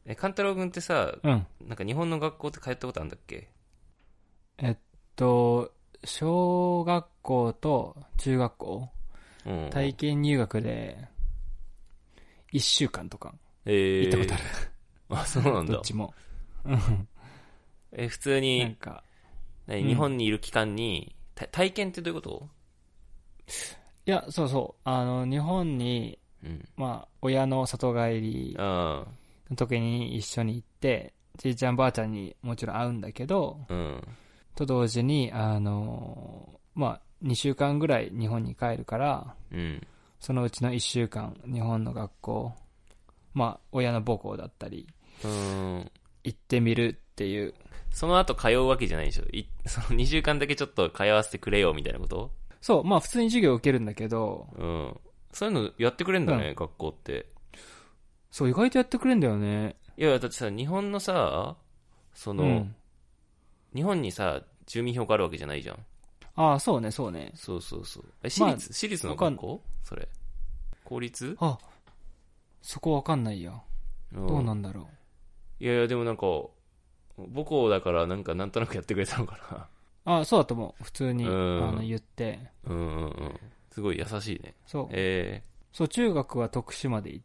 勘太郎君ってさ、 うん。 なんか日本の学校って通ったことあるんだっけ？ えっと、小学校と中学校、 うん、うん。 体験入学で1週間とか行ったことあえる。 あ、そうなんだ。 どっちも。うん。 普通に、 なんか、 日うん。 本にいる期間に、体験ってどういうこと？ いや、そうそう。日本に、 うん。 まあ、親の里帰りあの時に一緒に行って、じいちゃんばあちゃんにもちろん会うんだけど、 あ、うん。 と同時に、まあ、2週間ぐらい日本に帰るから、 うん。 そのうちの1週間、日本の学校、まあ、親の母校だったり、 うーん。 行ってみるっていう。 その後通うわけじゃないでしょ。その2週間だけちょっと通わせてくれよみたいなこと？ そう、まあ、普通に授業を受けるんだけど、 うん。そういうのやってくれんうん。 だね、学校って。 そう、意外とやってくれんだよね。 いや、だってさ、日本のさ、その、 うん。 日本にさ、住民票があるわけじゃないじゃん。 ああ、そうね、そうね。 そうそうそう。 まあ、 私立のわかん、 学校それ。公立？ あ、そこわかんないや。どうなうん。 んだろいやいや、でもなんか、母校だからなんとなくやってくれたのかう。ああ、そうだと思う。普通な。うに、 ん。 言って。 うんうんうん。すごい優しいね。 そう。 えそう、中学は徳島で行って、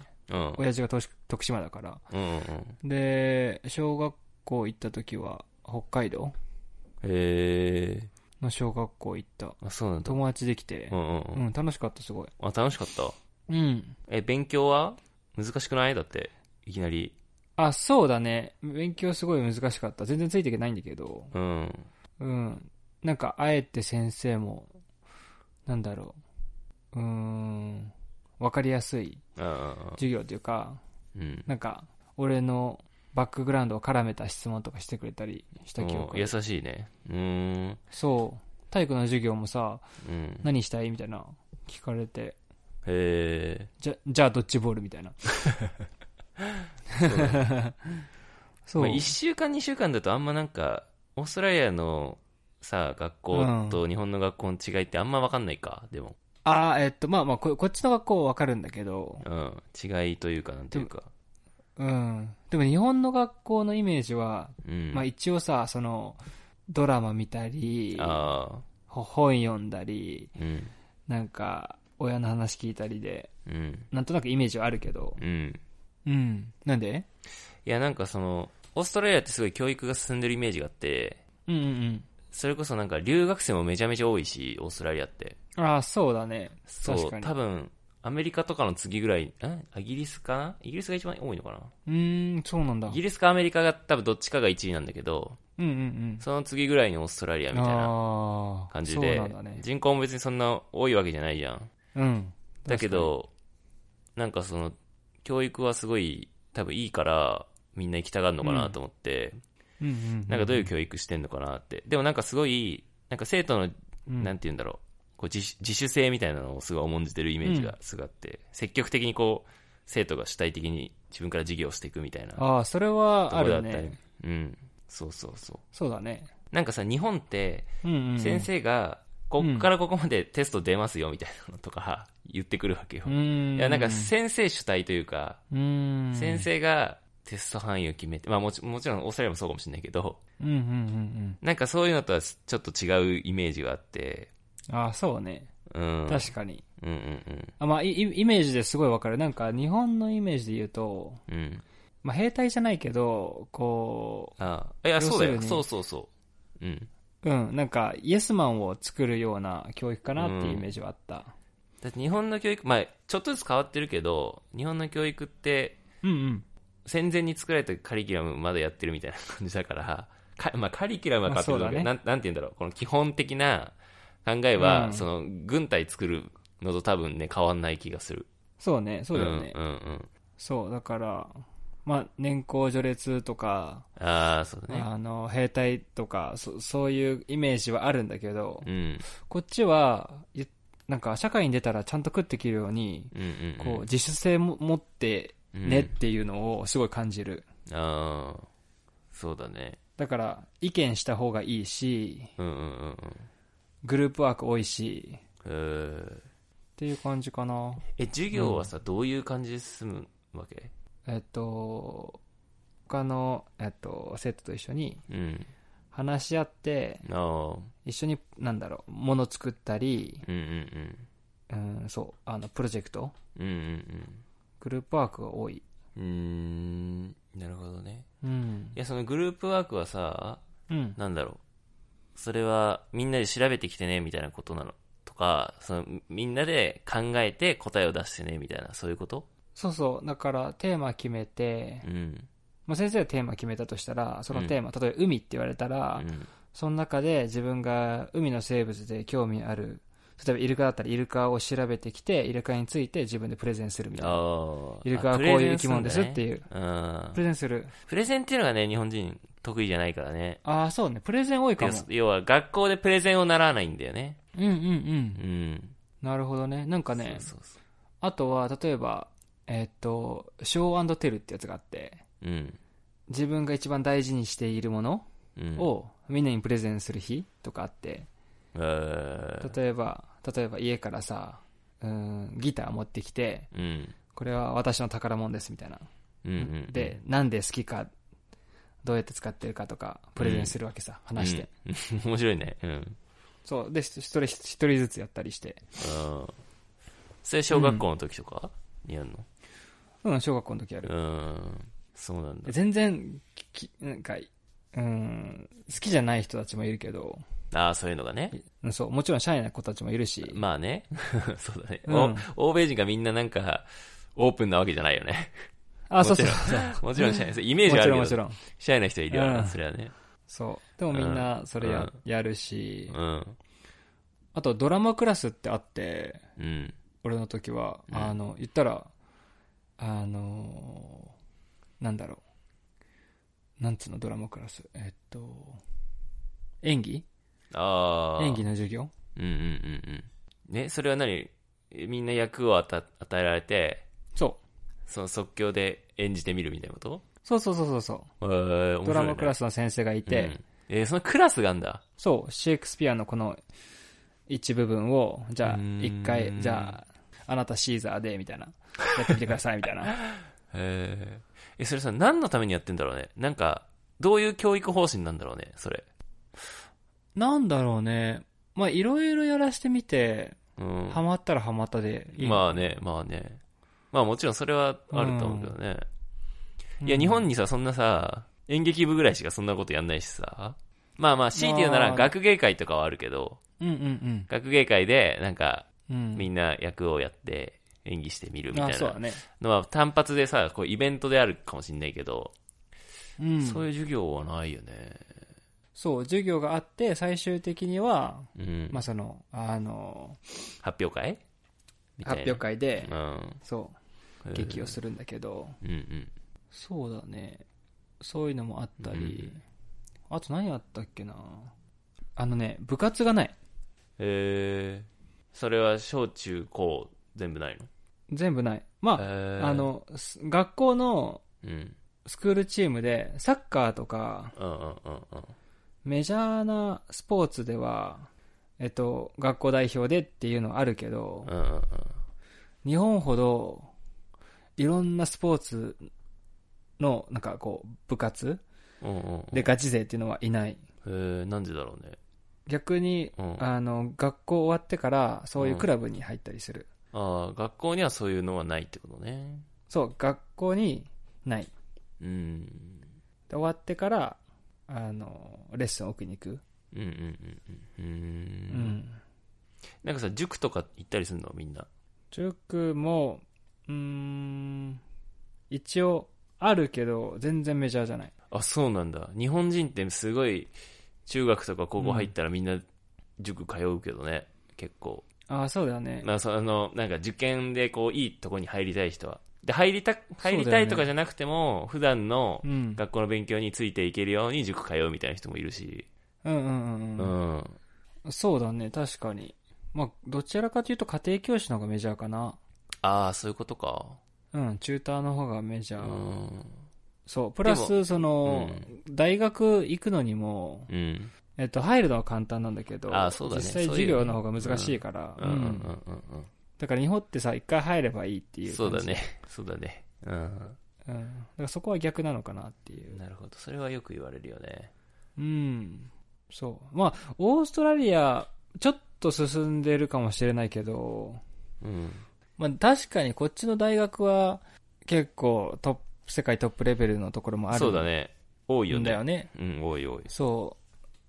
うん。 親父が徳島だから。 うんうんうん。 で、小学校行った時は、北海道えの小学校行った。 あ、そうなんだ。 友達できて、 うんうんうん。 うん、楽しかった、すごい。 あ、楽しかった。 うん。 勉強は難しくない？だって、いきなり。 あ、そうだね。勉強すごい難しかった。全然ついていけないんだけど、 うん。 うん。なんか、あえて先生も、なんだろわかりやすいああ、 授業というか、 うん。 なんか、俺のバックグラウンドを絡めた質問とかしてくれたりした記うん、優憶ある。 しいね。うーん。 そう。体育の授業もさ、 うん。 何したいみたいな聞かれて、 へえ、 じゃあドッジボールみたいな。 そうなんだ。まあ、 そ 1週間、2週間だとあんまなんか、オーストラリアのさ、学う。う校ん。 と日本の学校の違いってあんま分かんないか、でも。 まあまあこっちの学校はわかるんだけど、 うん。違いというか、なんてでも、 いうか。 うん。でも日本の学校のイメージは、まあうん。 一応さ、ドラマ見たり、 ああ、 本読んだり、 うん。 なんか、親の話聞いたりで、 うん。 なんとなくイメージはあるけど、 うん。 うん。なんで？ いや、なんかオーストラリアってすごい教育が進んでるイメージがあって、 うんうんそれこそなんか留学生もめちゃめちゃ多いし、オーストラリアって。 うん。ああ、そうだね。確そう、 かに。 多分、アメリカとかの次ぐらい、イギリスかな？イギリスが一番多いのかな？ そうなんだ。 イギリスかアメリカが多分どっちかが1位なんだけど、 うんうんその次ぐらいにオーストラリアうん。 みたいなああ、 感じそうなんで、 だね。 人口も別にそんな多いわけじゃないじゃん。 うん。 だけ確かに。 ど、なんか教育はすごい多分いいから、みんな行きたがるのうん。 かなと思って、 うんうんなんかどういう教育してんのかなって。でもなんかすごい、なんか生徒の、 うんうん。 なんて言うんだろう、こう自主性みたいなのをすごい重んじてるイメうん。うん。 ージがすごいあって、積極的にこう、生徒が主体的に自分から授業をしていくみたいなああ、それはとあころだったり、 るね。 うん。そうそうそう。 そうだね。 なんかさ、日本って、 うん先うん生が、こうん。うん。 っからここまでテスト出ますよみたいなのとか言ってくるわけよ。 うーいや、なんかん。 先生主体というか、 うー先ん。 生がテスト範囲を決めて、まあもちろんオーストラリアもそうかもしれないけど、 うんうんうんなんかそういうのとはちょっと違うイメージがあって、 うん。ああ、そうね。 うん。 確かに。 うんうんあ、まあ、イメージですごいわかる。なんか、日本のイメージで言うと、 うん。うん。 まあ、兵隊じゃないけど、こああ、いや、 う、要そうだよ。そうするに、 そうそう。うん。 うん、なんか、イエスマンを作るような教育かうなっていうイメーん。 ジはあった。 だって日本の教育、まあちょっとずつ変わってるけど、日本の教育って、 うんうん。 戦前に作られたカリキュラムまだやってるみたいな感じだから、まあカリキュラムはまあ、 変わってるけど、 そうだね。 なんて言うんだろう。この基本的な考えは、 うん。 軍隊作るのと多分ね、変わんない気がする。 そうね、そううんだよね。 うんうん。 そう、だから、まあ、年功序列とか、 ああ、そうだね。 兵隊とか、そういうイメージはあるんだけど、 うん。 こっちは、なんか、社会に出たらちゃんと食っていけるように、 うんうんこう、自主性も持ってうん。 ねっていうのをすごい感じる。 ああ、そうだね。 だから、意見した方がいいし、 うんうんうんうん。 グループワーク多いし、 えーっていう感じかな。 授うん。 業はさ、どういう感じで進むわけ？ 他の、生徒と一緒にうん話し合ってああ一緒に物作ったり、 うんそうプロジェクト、 うんうんグループワークが多い。 なるほどね。 うんいやそのグループワークはさ、 うんなんだろう、それはみんなで調べてきてねみたいなことなのとか、そのみんなで考えて答えを出してねみたいな、そういうこと？ そうそう、だからテーマ決めて、 うんまあ、先生がテーマ決めたとしたら、そのテーマ、例えば海って言われたら、 うんその中で自分が海の生物で興味ある、例えばイルカだったらイルカを調べてきて、イルカについて自分でプレゼンするみたいな。イルカはこういう生き物ですっていう。プレゼンする。 プレゼンっていうのがね、日本人得意じゃないからね。 ああ、そうね。プレゼン多いかも。 要は学校でプレゼンを習わないんだよね。 うんうんうん。 うん。 なるほどね。なんかね、 そうそうそう。 あとは、例えば、ショー&テルってやつがあって、 うん。 自分が一番大事にしているものをみんなにプレゼンする日とかあって、例えば家からさ、ギター持ってきて、 うん、 これは私の宝物ですみたいな、 うんうんうん、 でなんで好きかどうやって使ってるかとかプレゼンするわけさ、話して、 面白いね。 そうで一人ずつやったりして。 それ小学校の時とかにやるの？ 小学校の時やる。 そうなんだ。 全然なんか好きじゃない人たちもいるけど、 そういうのがね。 そう、もちろんシャイな子たちもいるし。 まあね。そうだね、欧米人がみんななんか、オープンなわけじゃないよね。 そうそう。 もちろんシャイな、イメージあるけど。 もちろん。 シャイな人いるよな、それはね。 そう。でもみんなそれやるし、あとドラマクラスってあって、俺の時は、言ったら、なんだろう。なんつうの、ドラマクラス。演技演技の授業。 ね、それはみんな役を与えられて、その即興で演じてみるみたいなこと？ そう。ドラマクラスの先生がいて、 そのクラスがあんだ。 そう、シェイクスピアのこの一部分を、じゃあ一回、じゃああなたシーザーでみたいな、やってみてくださいみたいな。 それさ、何のためにやってんだろうね。なんかどういう教育方針なんだろうね、それ。 なんだろうね。まあいろいろやらしてみて、ハマったらハマったでいい。 まあね。まあもちろんそれはあると思うけどね。いや、日本にさ、そんなさ、演劇部ぐらいしかそんなことやんないしさ。まあ、強いて言うなら学芸会とかはあるけど、学芸会で、なんか、みんな役をやって演技してみるみたいなのは単発でさ、こうイベントであるかもしれないけど、そういう授業はないよね。 そう、授業があって、最終的には、まあその、 発表会発表会で、そう、劇をするんだけど、そうだね。そういうのもあったり、あと何あったっけな。部活がない。 それは小中高全部ないの？ 全部ない。まあ、学校のスクールチームでサッカーとか、メジャーなスポーツでは、学校代表でっていうのはあるけど、日本ほどいろんなスポーツのなんかこう部活でガチ勢っていうのはいない。 なんでだろうね。 逆に、学校終わってからそういうクラブに入ったりする。 学校にはそういうのはないってことね。 そう、学校にない。で終わってからレッスンを受けに行く。 なんかさ、塾とか行ったりするのみんな？ 塾も一応あるけど全然メジャーじゃない。 そうなんだ。日本人ってすごい中学とか高校入ったらみんな塾通うけどね、結構。 そうだよね。 なんか受験でこういいとこに入りたい人はで入りたいとかじゃなくても、普段の学校の勉強についていけるように塾通うみたいな人もいるし。 そうだね、確かに。まあどちらかというと家庭教師の方がメジャーかな。 そういうことか。 チューターの方がメジャー。そう、プラス大学行くのにも、入るのは簡単なんだけど、 そうだね、 実際授業の方が難しいから。だから日本ってさ、一回入ればいいっていう感じ。 そうだね。 だからそこは逆なのかなっていう。 なるほど。それはよく言われるよね。 そう。まあ、オーストラリア、ちょっと進んでるかもしれないけど、まあ確かにこっちの大学は結構世界トップレベルのところもある。 そうだね。多いよね。 だよね。 多い。 そう。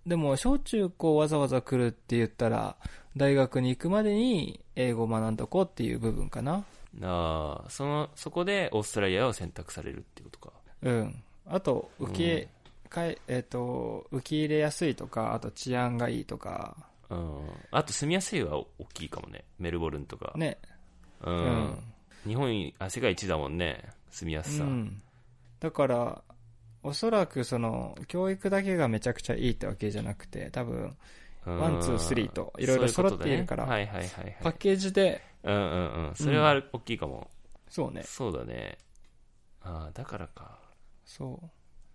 でも、小中高わざわざ来るって言ったら、大学に行くまでに英語を学んどこうっていう部分かな。 そこでオーストラリアを選択されるっていうことか。 あと、受け入れやすいとか、あと治安がいいとか。 あと住みやすいは大きいかもね。メルボルンとか。 ね。 日本、世界一だもんね。住みやすさ。 だから、おそらく教育だけがめちゃくちゃいいってわけじゃなくて、多分、1、2、3といろいろ揃っているから、パッケージで。 それは大きいかも。 そうね。 そうだね。だからか。 そう。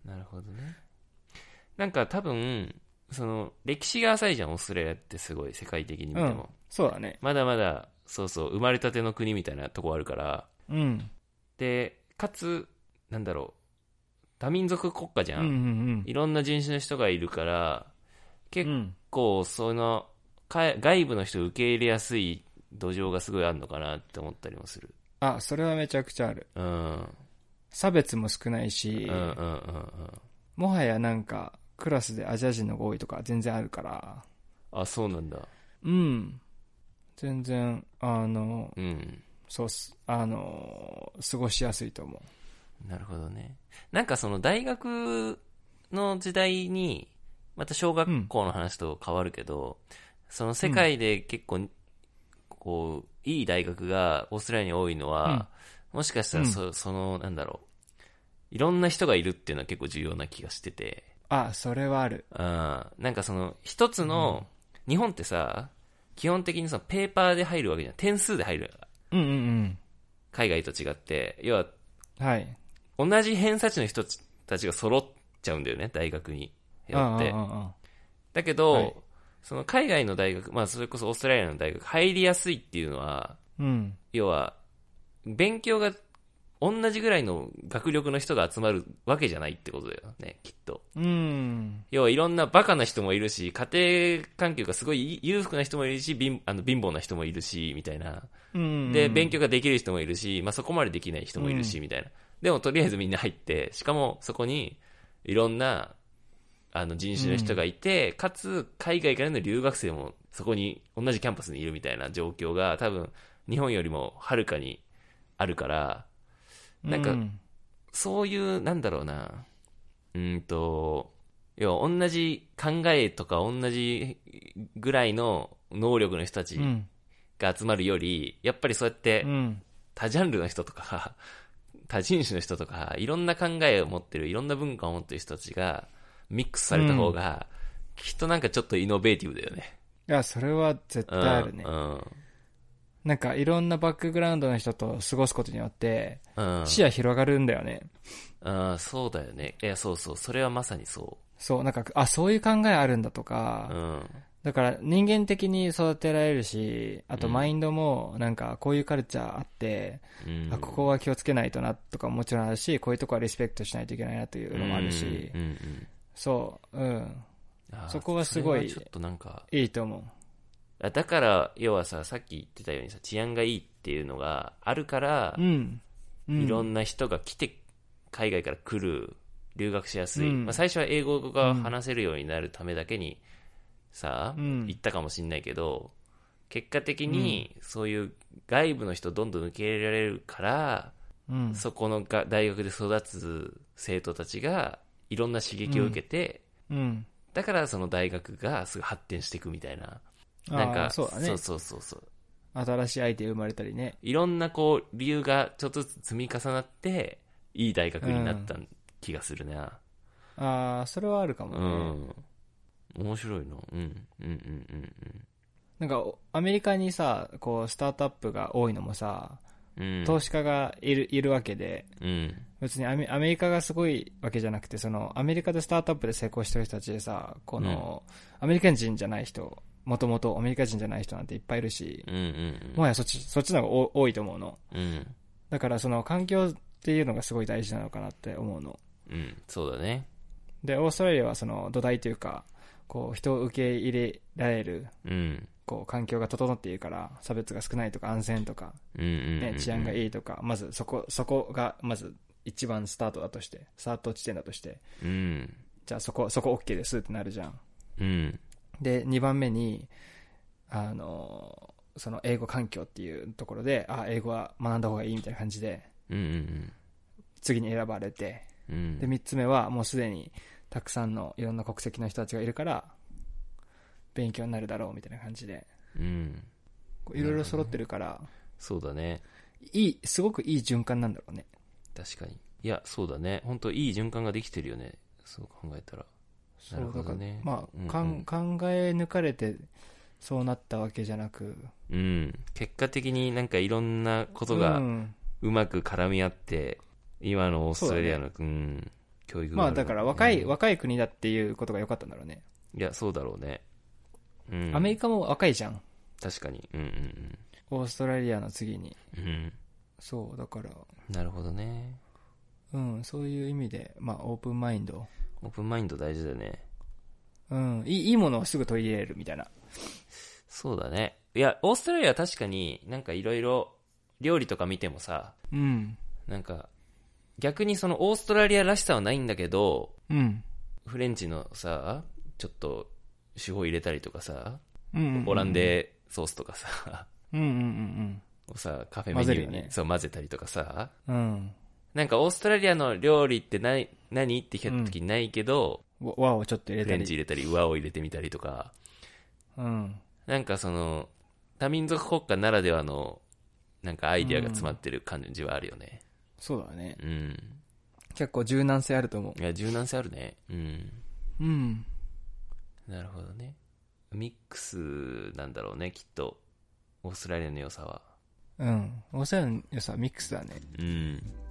なるほどね。なんか多分、歴史が浅いじゃん、オーストラリアってすごい、世界的に見ても。 そうだね。 まだまだ、生まれたての国みたいなとこあるから。で、かつ、多民族国家じゃん。いろんな人種の人がいるから、結構、外部の人を受け入れやすい土壌がすごいあるのかなって思ったりもする。 それはめちゃくちゃある。差別も少ないし、もはやクラスでアジア人の方が多いとか全然あるから。 そうなんだ。 全然、そう過ごしやすいと思う。 なるほどね。大学の時代に、また小学校の話と変わるけど、世界で結構、いい大学がオーストラリアに多いのは、もしかしたらいろんな人がいるっていうのは結構重要な気がしてて。 それはある。 一つの、日本ってさ、基本的にペーパーで入るわけじゃん。点数で入る。海外と違って、要は、同じ偏差値の人たちが揃っちゃうんだよね、大学によって。だけど、海外の大学、それこそオーストラリアの大学、入りやすいっていうのは、要は、勉強が同じぐらいの学力の人が集まるわけじゃないってことだよね、きっと。要はいろんなバカな人もいるし、家庭環境がすごい裕福な人もいるし、貧乏な人もいるし、みたいな。で、勉強ができる人もいるし、そこまでできない人もいるし、みたいな。でもとりあえずみんな入って、しかもそこにいろんな人種の人がいて、かつ海外からの留学生もそこに同じキャンパスにいるみたいな状況が多分日本よりもはるかにあるから、そういう、要は同じ考えとか同じぐらいの能力の人たちが集まるより、やっぱりそうやって多ジャンルの人とか、多人種の人とか、いろんな考えを持ってる、いろんな文化を持ってる人たちがミックスされた方が、きっとちょっとイノベーティブだよね。 いや、それは絶対あるね。いろんなバックグラウンドの人と過ごすことによって、視野広がるんだよね。 そうだよね。いや、そう、それはまさにそう。 そう、そういう考えあるんだとか、だから人間的に育てられるし、あとマインドもこういうカルチャーあって、ここは気をつけないとなとかもちろんあるし、こういうとこはリスペクトしないといけないなというのもあるし、そこはすごいいいと思う。 だから、要はさっき言ってたように治安がいいっていうのがあるから、いろんな人が来て、海外から来る、留学しやすい。最初は英語が話せるようになるためだけに、行ったかもしれないけど、結果的に、そういう外部の人をどんどん受け入れられるから、そこの大学で育つ生徒たちが、いろんな刺激を受けて、だからその大学がすぐ発展していくみたいな。 そうだね。 そう。 新しいアイデア生まれたりね。 いろんな理由がちょっとずつ積み重なって、いい大学になった気がするな。 それはあるかもね。 面白いな。 アメリカにスタートアップが多いのも投資家がいるわけで、別にアメリカがすごいわけじゃなくて、アメリカでスタートアップで成功してる人たちでアメリカ人じゃない人、もともとアメリカ人じゃない人なんていっぱいいるし、もはやそっちの方が多いと思うの。だから環境っていうのがすごい大事なのかなって思うの。 うん、そうだね。 で、オーストラリアはその土台というか、こう人を受け入れられる、 うん、 こう環境が整っているから差別が少ないとか安全とか、ね、治安がいいとか、まずそこがまず一番スタート地点だとして、 うん、 じゃあそこ OK ですってなるじゃん。 うん、 で、2番目にその英語環境っていうところで、英語は学んだ方がいいみたいな感じで、 うんうんうん、 次に選ばれて、 うん、 で3つ目はもうすでにたくさんのいろんな国籍の人たちがいるから勉強になるだろうみたいな感じで、 うん、 いろいろ揃ってるから、 そうだね。 すごくいい循環なんだろうね。 確かに。いや、そうだね。本当いい循環ができてるよね。そう考えたら。なるほどね。 まあ、考え抜かれてそうなったわけじゃなく、 うん。結果的になんかいろんなことがうまく絡み合って、今のオーストラリアの、教育が。 まあだから若い国だっていうことが良かったんだろうね。 いや、そうだろうね。うん。 アメリカも若いじゃん。 確かに。 オーストラリアの次に。 うん。 そうだから。 なるほどね。 そういう意味で、まあオープンマインド。 オープンマインド大事だよね。 いいものをすぐ取り入れるみたいな。 そうだね。いや、オーストラリアは確かになんかいろいろ料理とか見てもさ、なんか逆にそのオーストラリアらしさはないんだけど、フレンチのさ、ちょっと手法入れたりとかさ、オランデソースとかさ、をさ、カフェメニューにそう混ぜたりとかさ、なんかオーストラリアの料理って何って聞いた時にないけど、 和をちょっと入れたり、 フレンチ入れたり和を入れてみたりとか、なんかその多民族国家ならではのなんかアイディアが詰まってる感じはあるよね。 そうだね。結構柔軟性あると思う。 いや、柔軟性あるね。なるほどね。ミックスなんだろうね、きっと。オーストラリアの良さは。 オーストラリアの良さはミックスだね。